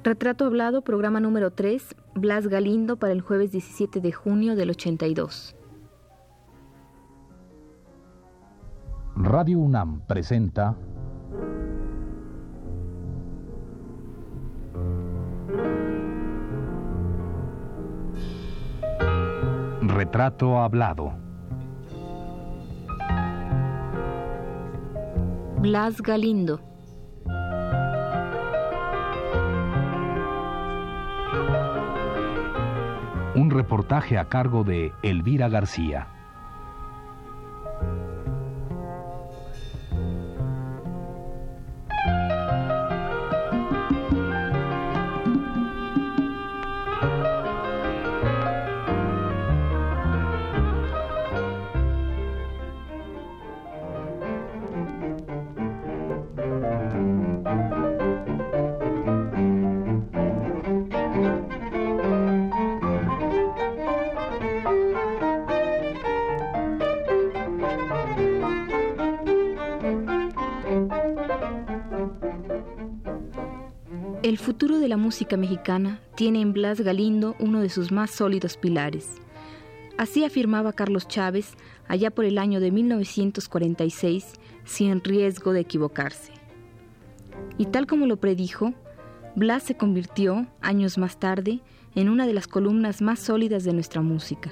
Retrato Hablado, programa número 3, Blas Galindo, para el jueves 17 de junio del 82. Radio UNAM presenta Retrato Hablado. Blas Galindo. Un reportaje a cargo de Elvira García. El futuro de la música mexicana tiene en Blas Galindo uno de sus más sólidos pilares. Así afirmaba Carlos Chávez allá por el año de 1946, sin riesgo de equivocarse. Y tal como lo predijo, Blas se convirtió, años más tarde, en una de las columnas más sólidas de nuestra música.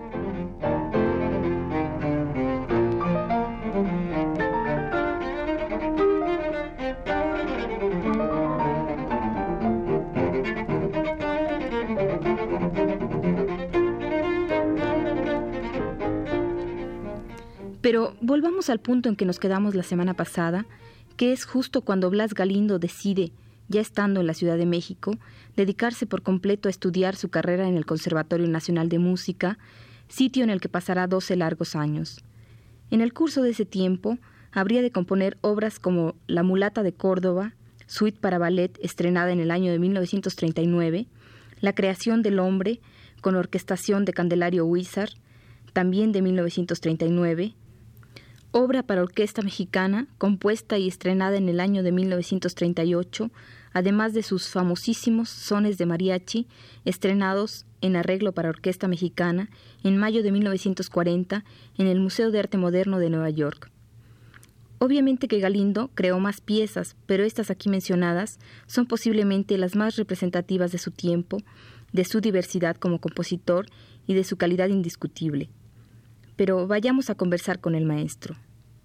Pero volvamos al punto en que nos quedamos la semana pasada, que es justo cuando Blas Galindo decide, ya estando en la Ciudad de México, dedicarse por completo a estudiar su carrera en el Conservatorio Nacional de Música, sitio en el que pasará 12 largos años. En el curso de ese tiempo, habría de componer obras como La mulata de Córdoba, suite para ballet estrenada en el año de 1939, La creación del hombre, con orquestación de Candelario Huízar, también de 1939, obra para orquesta mexicana, compuesta y estrenada en el año de 1938, además de sus famosísimos sones de mariachi, estrenados en arreglo para orquesta mexicana en mayo de 1940 en el Museo de Arte Moderno de Nueva York. Obviamente que Galindo creó más piezas, pero estas aquí mencionadas son posiblemente las más representativas de su tiempo, de su diversidad como compositor y de su calidad indiscutible. Pero vayamos a conversar con el maestro.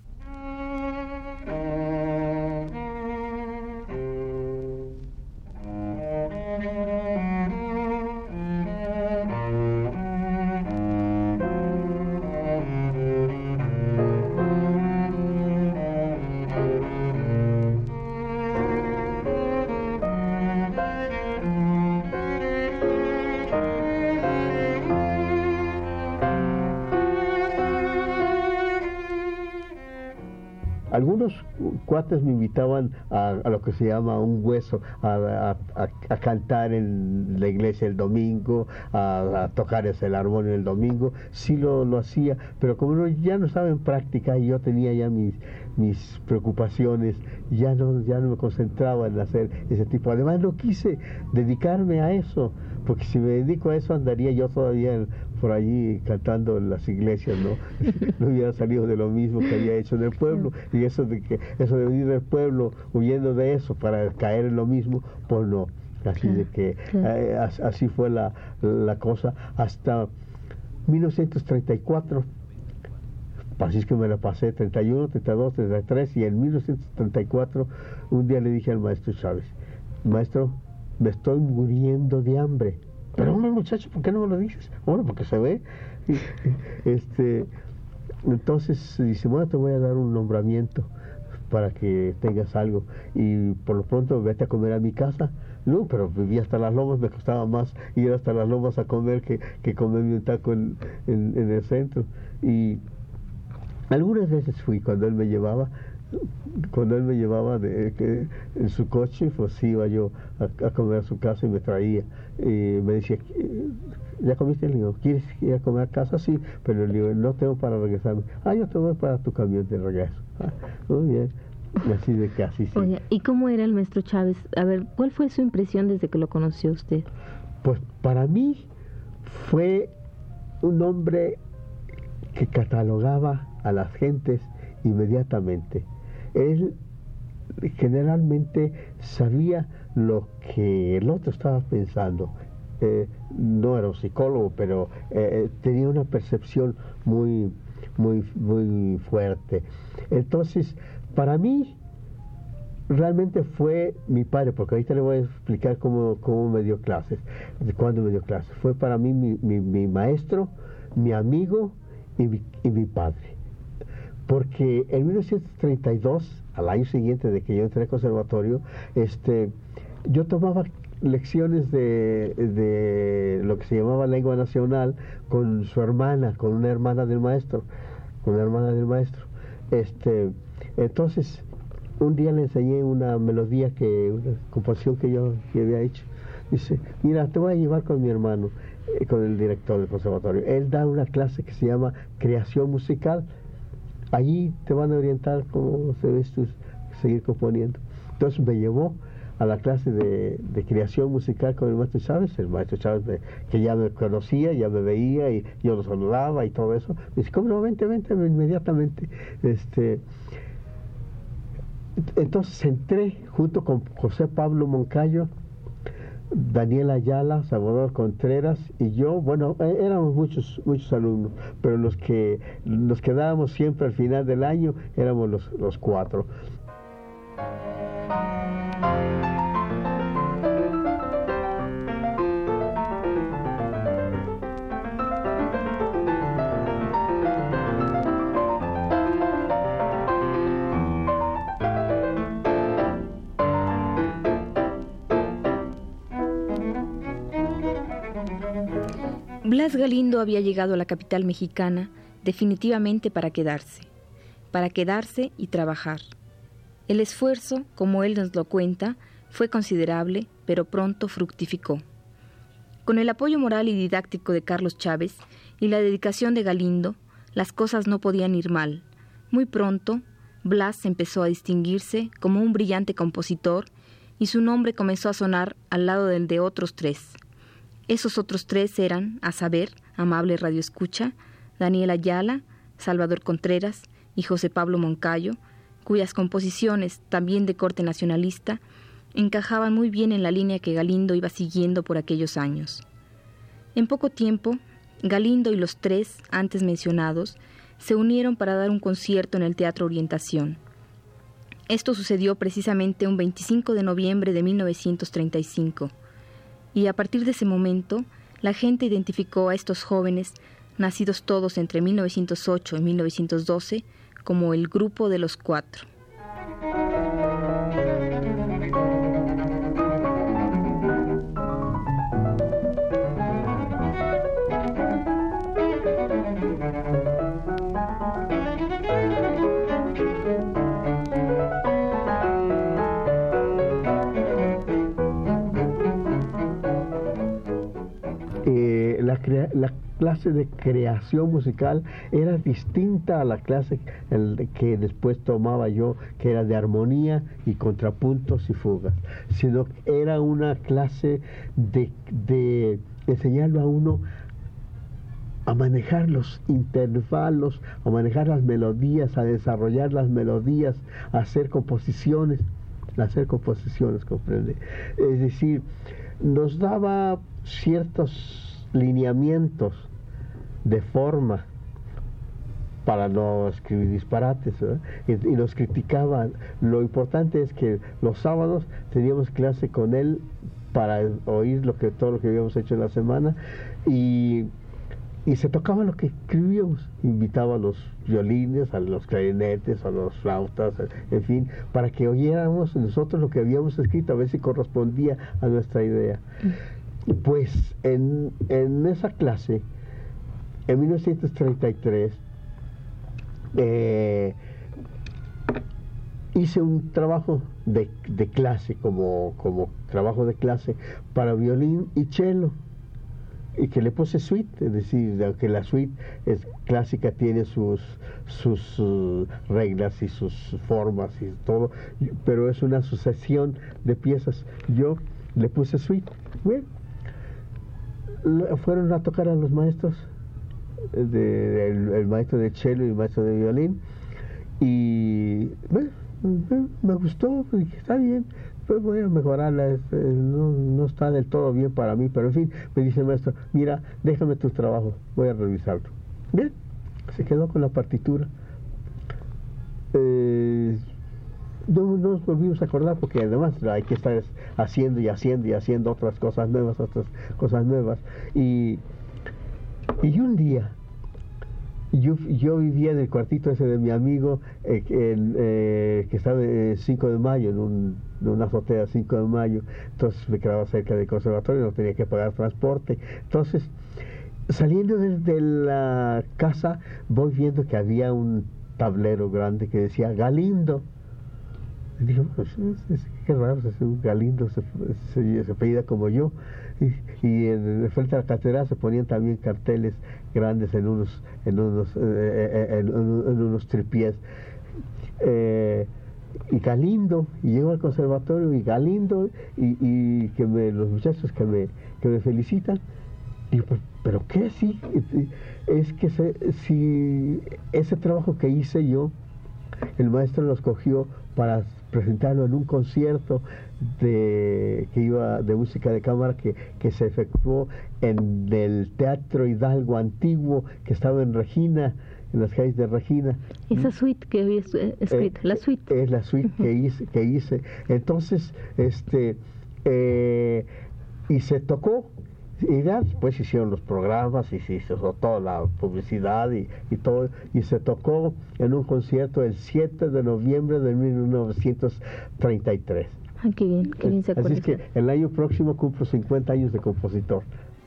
Algunos cuates me invitaban a lo que se llama un hueso, a cantar en la iglesia el domingo, a tocar el armonio el domingo. Sí lo hacía, pero como ya no estaba en práctica y yo tenía ya mis preocupaciones, ya no me concentraba en hacer ese tipo. Además no quise dedicarme a eso, porque si me dedico a eso andaría yo todavía por allí cantando en las iglesias, ¿no? No hubiera salido de lo mismo que había hecho en el pueblo, y eso de venir del pueblo huyendo de eso para caer en lo mismo, pues no. Así de que así fue la cosa hasta 1934. Así es que me la pasé 31, 32, 33, y en 1934 un día le dije al maestro Chávez: maestro, me estoy muriendo de hambre. Pero hombre, muchacho, ¿por qué no me lo dices? Bueno, porque se ve. Entonces dice: bueno, te voy a dar un nombramiento para que tengas algo, y por lo pronto vete a comer a mi casa. No, pero vivía hasta las Lomas, me costaba más ir hasta las Lomas a comer que comerme un taco en el centro. Y algunas veces fui cuando él me llevaba en su coche, pues iba yo a comer a su casa y me traía. Me decía: ¿ya comiste? Le digo: ¿quieres ir a comer a casa? Sí, pero le digo: no tengo para regresarme. Yo te voy para tu camión de regreso. Muy bien. Así de casi, sí. Oye, ¿y cómo era el maestro Chávez? A ver, ¿cuál fue su impresión desde que lo conoció usted? Pues para mí fue un hombre que catalogaba a las gentes inmediatamente. Él generalmente sabía lo que el otro estaba pensando. No era un psicólogo, pero tenía una percepción muy fuerte. Entonces, para mí, realmente fue mi padre, porque ahorita le voy a explicar cómo me dio clases, cuándo me dio clases. Fue para mí mi maestro, mi amigo y mi padre. Porque en 1932, al año siguiente de que yo entré al conservatorio, yo tomaba lecciones de lo que se llamaba lengua nacional con su hermana, con una hermana del maestro. Entonces, un día le enseñé una melodía, una composición que yo había hecho. Dice, mira, te voy a llevar con mi hermano, con el director del conservatorio. Él da una clase que se llama creación musical. Allí te van a orientar cómo se ves tú seguir componiendo. Entonces me llevó a la clase de creación musical con el maestro Chávez, que ya me conocía, ya me veía y yo lo saludaba y todo eso. Me dice, ¿cómo no? Vente inmediatamente. Entonces entré junto con José Pablo Moncayo, Daniel Ayala, Salvador Contreras y yo. Bueno, éramos muchos alumnos, pero los que nos quedábamos siempre al final del año éramos los cuatro. Blas Galindo había llegado a la capital mexicana definitivamente para quedarse y trabajar. El esfuerzo, como él nos lo cuenta, fue considerable, pero pronto fructificó. Con el apoyo moral y didáctico de Carlos Chávez y la dedicación de Galindo, las cosas no podían ir mal. Muy pronto, Blas empezó a distinguirse como un brillante compositor y su nombre comenzó a sonar al lado del de otros tres. Esos otros tres eran, a saber, amable radioescucha, Daniel Ayala, Salvador Contreras y José Pablo Moncayo, cuyas composiciones, también de corte nacionalista, encajaban muy bien en la línea que Galindo iba siguiendo por aquellos años. En poco tiempo, Galindo y los tres antes mencionados se unieron para dar un concierto en el Teatro Orientación. Esto sucedió precisamente un 25 de noviembre de 1935. Y a partir de ese momento, la gente identificó a estos jóvenes, nacidos todos entre 1908 y 1912, como el Grupo de los Cuatro. La clase de creación musical era distinta a la clase que después tomaba yo, que era de armonía y contrapuntos y fugas, sino que era una clase de enseñarlo a uno a manejar los intervalos, a manejar las melodías, a desarrollar las melodías, a hacer composiciones, comprende. Es decir, nos daba ciertos lineamientos de forma para no escribir disparates, ¿verdad? Y nos criticaban. Lo importante es que los sábados teníamos clase con él para oír todo lo que habíamos hecho en la semana y se tocaba lo que escribíamos. Invitaba a los violines, a los clarinetes, a los flautas, en fin, para que oyéramos nosotros lo que habíamos escrito, a ver si correspondía a nuestra idea. Pues en esa clase, en 1933, hice un trabajo de clase, como trabajo de clase para violín y cello. que le puse suite, es decir, aunque la suite es clásica, tiene sus reglas y sus formas y todo, pero es una sucesión de piezas. Yo le puse suite. Bueno, fueron a tocar a los maestros, el maestro de cello y el maestro de violín, y bueno, me gustó, dije, está bien, pues voy a mejorarla, no está del todo bien para mí, pero en fin, me dice el maestro, mira, déjame tus trabajos, voy a revisarlo. Bien, se quedó con la partitura. No nos volvimos a acordar, porque además hay que estar haciendo otras cosas nuevas, y un día yo vivía en el cuartito ese de mi amigo, que estaba en 5 de mayo, en una azotea 5 de mayo, entonces me quedaba cerca del conservatorio, no tenía que pagar transporte. Entonces, saliendo de la casa, voy viendo que había un tablero grande que decía Galindo. Y dije, pues, qué raro, un Galindo se apellida como yo. Y en frente a la catedral se ponían también carteles grandes en unos tripiés. Y Galindo, y llego al conservatorio y Galindo, y los muchachos que me felicitan. Digo, pero ¿qué? Sí, es que si ese trabajo que hice yo, el maestro lo escogió para presentarlo en un concierto de música de cámara que se efectuó en el Teatro Hidalgo Antiguo, que estaba en Regina, en las calles de Regina. Esa suite que había escrito, la suite. Es la suite que hice. Entonces, y se tocó. Y ya después hicieron los programas y se hizo toda la publicidad y todo, y se tocó en un concierto el 7 de noviembre de 1933. Ah, qué bien se acuerda. Así es que el año próximo cumplo 50 años de compositor.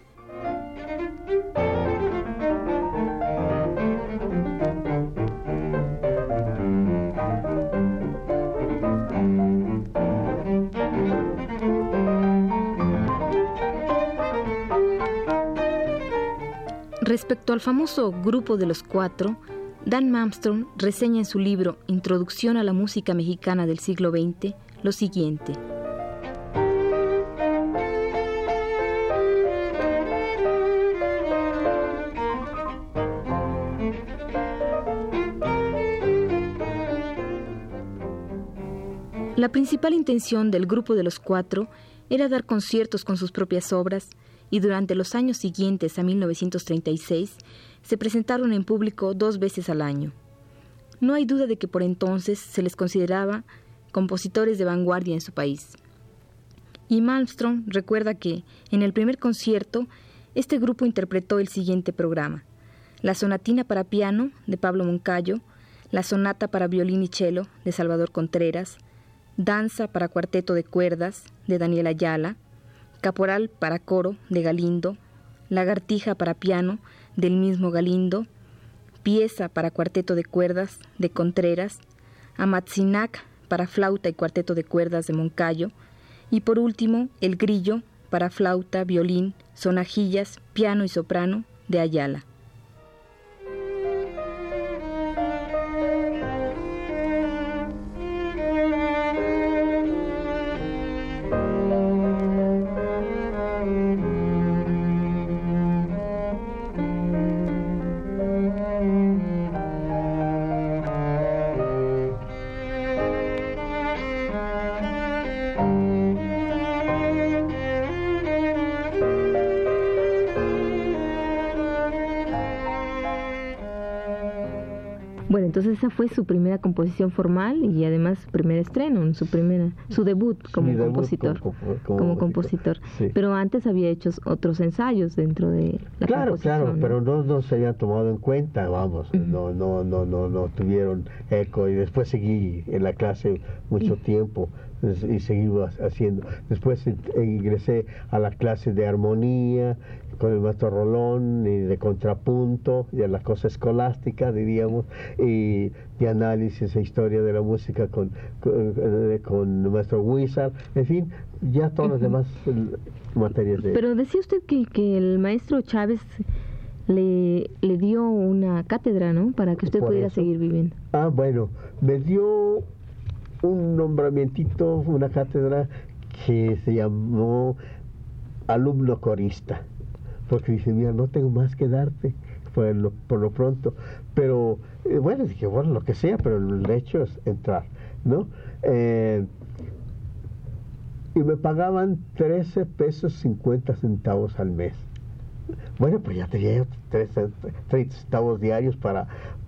Respecto al famoso Grupo de los Cuatro, Dan Armstrong reseña en su libro Introducción a la música mexicana del siglo XX lo siguiente. La principal intención del Grupo de los Cuatro era dar conciertos con sus propias obras, y durante los años siguientes a 1936 se presentaron en público 2 veces al año. No hay duda de que por entonces se les consideraba compositores de vanguardia en su país. Y Armstrong recuerda que, en el primer concierto, este grupo interpretó el siguiente programa: la sonatina para piano de Pablo Moncayo, la sonata para violín y cello de Salvador Contreras, danza para cuarteto de cuerdas de Daniel Ayala, caporal para coro de Galindo, lagartija para piano del mismo Galindo, pieza para cuarteto de cuerdas de Contreras, Amatzinac para flauta y cuarteto de cuerdas de Moncayo, y por último el grillo para flauta, violín, sonajillas, piano y soprano de Ayala. Bueno, entonces esa fue su primera composición formal y además su primer estreno, su debut como compositor. Como compositor. Sí. Pero antes había hecho otros ensayos dentro de la composición. Claro, pero no se habían tomado en cuenta, vamos, no tuvieron eco, y después seguí en la clase mucho tiempo y seguí haciendo. Después ingresé a la clase de armonía con el maestro Rolón, y de contrapunto, y a la cosa escolástica, diríamos, y de análisis e historia de la música con el maestro Wizard, en fin, ya todas las demás materias de... Pero decía usted que el maestro Chávez le dio una cátedra, ¿no? Para que usted pudiera seguir viviendo. Ah, bueno, me dio un nombramientito, una cátedra que se llamó alumno corista, porque dice, mira, no tengo más que darte por lo pronto, pero bueno, dije, bueno, lo que sea, pero el hecho es entrar, ¿no? Y me pagaban 13 pesos 50 centavos al mes. Bueno, pues ya tenía 30 centavos diarios para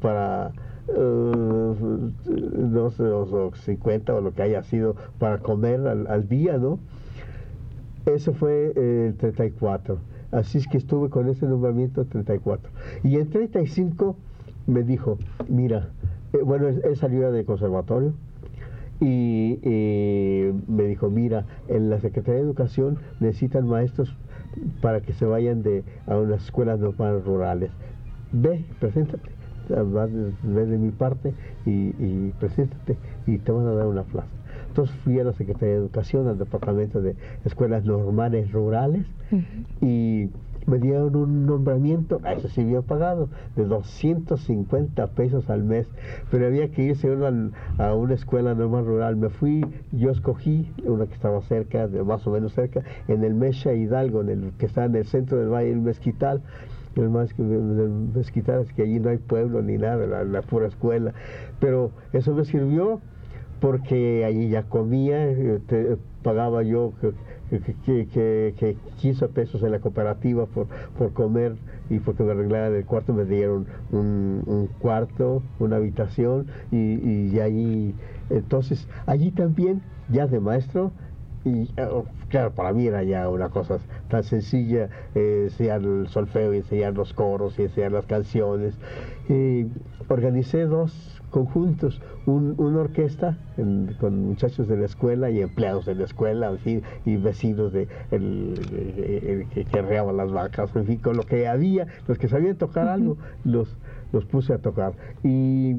no sé, o 50 o lo que haya sido para comer al día, ¿no? Eso fue el 34. Así es que estuve con ese nombramiento 34. Y en 35 me dijo, mira, bueno, él salió del conservatorio y me dijo, mira, en la Secretaría de Educación necesitan maestros para que se vayan a unas escuelas normales rurales. Ve, preséntate, ve de mi parte y preséntate y te van a dar una plaza. Entonces fui a la Secretaría de Educación, al Departamento de Escuelas Normales Rurales, y me dieron un nombramiento, eso sí bien pagado, de 250 pesos al mes, pero había que irse uno a una escuela normal rural. Me fui, yo escogí una que estaba cerca, más o menos cerca, en el Mecha Hidalgo, que está en el centro del Valle del Mezquital. El Mezquital es que allí no hay pueblo ni nada, la pura escuela, pero eso me sirvió porque allí ya comía, pagaba yo que 15 pesos en la cooperativa por comer, y porque me arreglaban el cuarto me dieron un cuarto, una habitación, y allí, entonces, allí también, ya de maestro, y claro, para mí era ya una cosa tan sencilla, enseñar el solfeo, y enseñar los coros, y enseñar las canciones. Organicé 2 conjuntos, una orquesta con muchachos de la escuela y empleados de la escuela, en fin, y vecinos que arreaban las vacas, en fin, con lo que había, los que sabían tocar algo, los puse a tocar. Y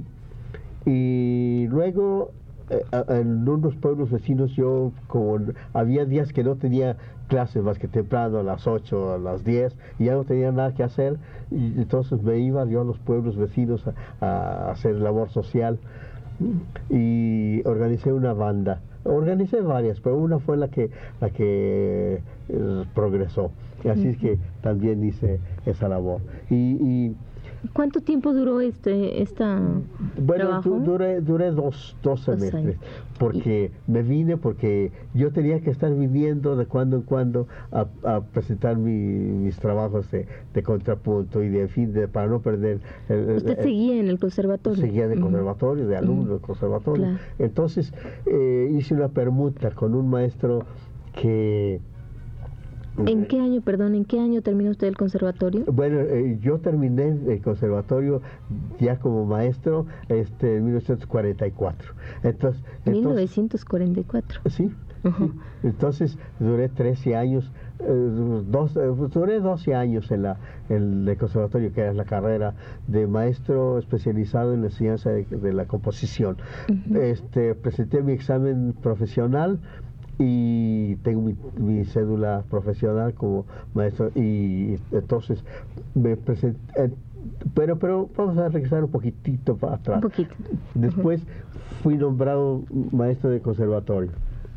luego en unos pueblos vecinos, yo, como había días que no tenía clases más que temprano, a las 8, a las 10, y ya no tenía nada que hacer, y entonces me iba yo a los pueblos vecinos a hacer labor social, y organicé una banda. Organicé varias, pero una fue la que progresó, y así es que también hice esa labor. ¿Cuánto tiempo duró esta trabajo? Duré 2 semestres, porque me vine, porque yo tenía que estar viniendo de cuando en cuando a presentar mis trabajos de contrapunto y de fin, para no perder... ¿Usted seguía en el conservatorio? Seguía de conservatorio, de alumno del conservatorio. Claro. Entonces hice una permuta con un maestro que... ¿En qué año terminó usted el conservatorio? Bueno, yo terminé el conservatorio ya como maestro en 1944. Entonces, 1944. Sí. Sí. Entonces duré 13 años, duré 12 años en el conservatorio, que era la carrera de maestro especializado en la enseñanza de la composición. Presenté mi examen profesional y tengo mi cédula profesional como maestro, y entonces me presenté, pero vamos a regresar un poquitito para atrás. Un poquito. Después fui nombrado maestro de conservatorio.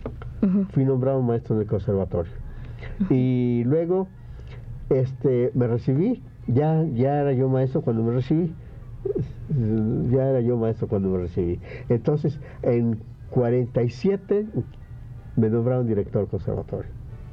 Y luego me recibí, ya era yo maestro cuando me recibí. Entonces, en 47 me nombraron director del conservatorio.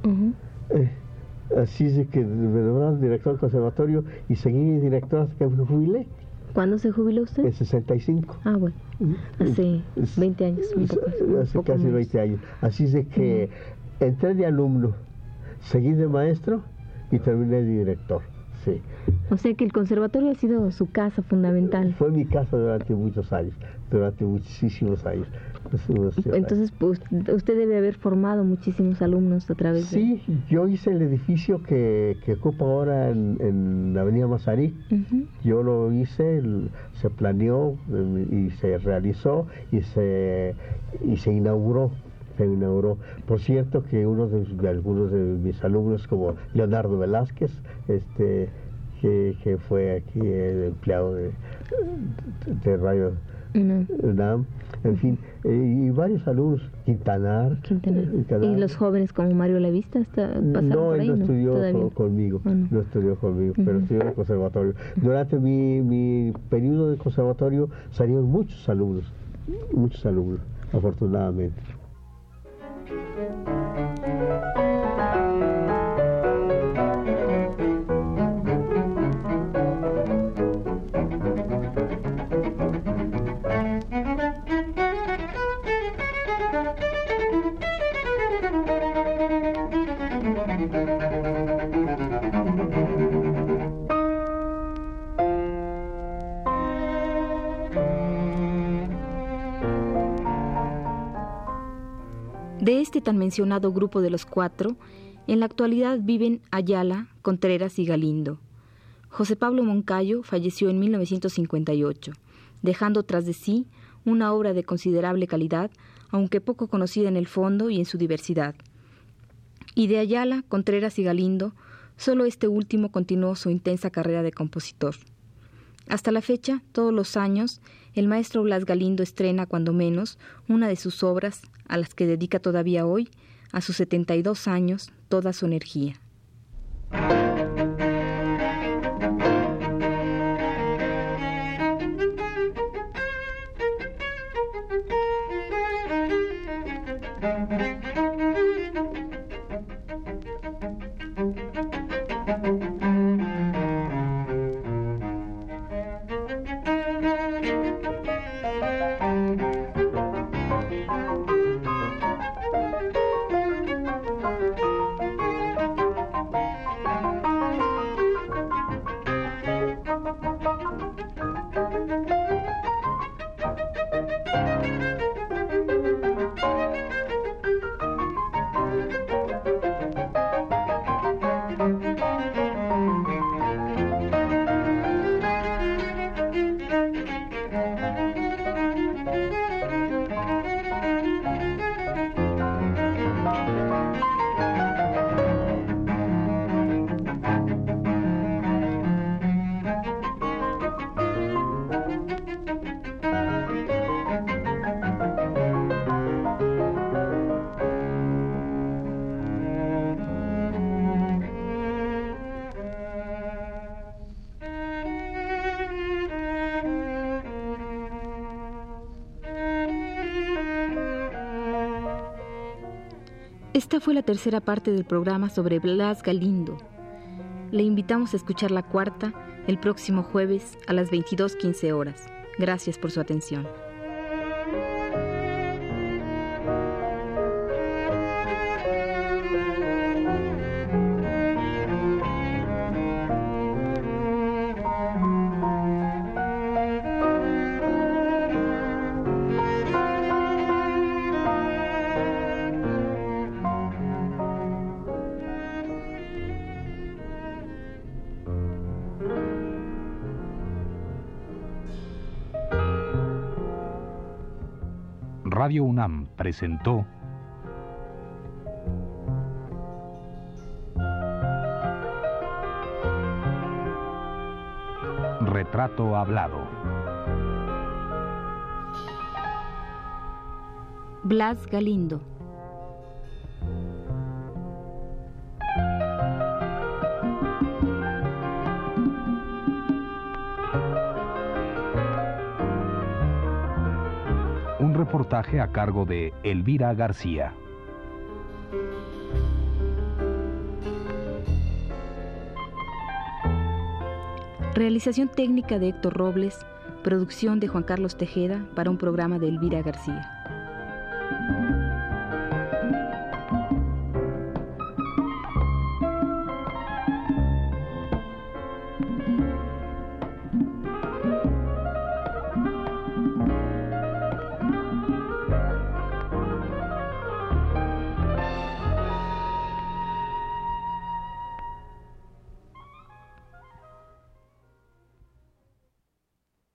Así es que me nombraron director del conservatorio y seguí director hasta que me jubilé. ¿Cuándo se jubiló usted? En 65. Ah, bueno. Hace 20 años. Hace casi 20 años. Así es que entré de alumno, seguí de maestro y terminé de director. Sí. O sea que el conservatorio ha sido su casa fundamental. Fue mi casa durante muchos años, durante muchísimos años. Entonces, pues, usted debe haber formado muchísimos alumnos a través de... Sí, yo hice el edificio que ocupa ahora en la Avenida Mazarik. Uh-huh. Yo lo hice, se planeó y se realizó y se inauguró. Por cierto que algunos de mis alumnos, como Leonardo Velázquez, que fue aquí el empleado de Radio UNAM, en fin, y varios alumnos, Quintanar. ¿Y los jóvenes como Mario Lavista pasaron por ahí? No estudió conmigo, no estudió conmigo, pero estudió en el conservatorio. Durante mi periodo de conservatorio salieron muchos alumnos, afortunadamente. De este tan mencionado grupo de los 4, en la actualidad viven Ayala, Contreras y Galindo. José Pablo Moncayo falleció en 1958, dejando tras de sí una obra de considerable calidad, aunque poco conocida en el fondo y en su diversidad. Y de Ayala, Contreras y Galindo, solo este último continuó su intensa carrera de compositor. Hasta la fecha, todos los años, el maestro Blas Galindo estrena cuando menos una de sus obras, a las que dedica todavía hoy, a sus 72 años, toda su energía. Esta fue la tercera parte del programa sobre Blas Galindo. Le invitamos a escuchar la cuarta el próximo jueves a las 22:15 horas. Gracias por su atención. Radio UNAM presentó Retrato Hablado. Blas Galindo. Un reportaje a cargo de Elvira García. Realización técnica de Héctor Robles, producción de Juan Carlos Tejeda para un programa de Elvira García.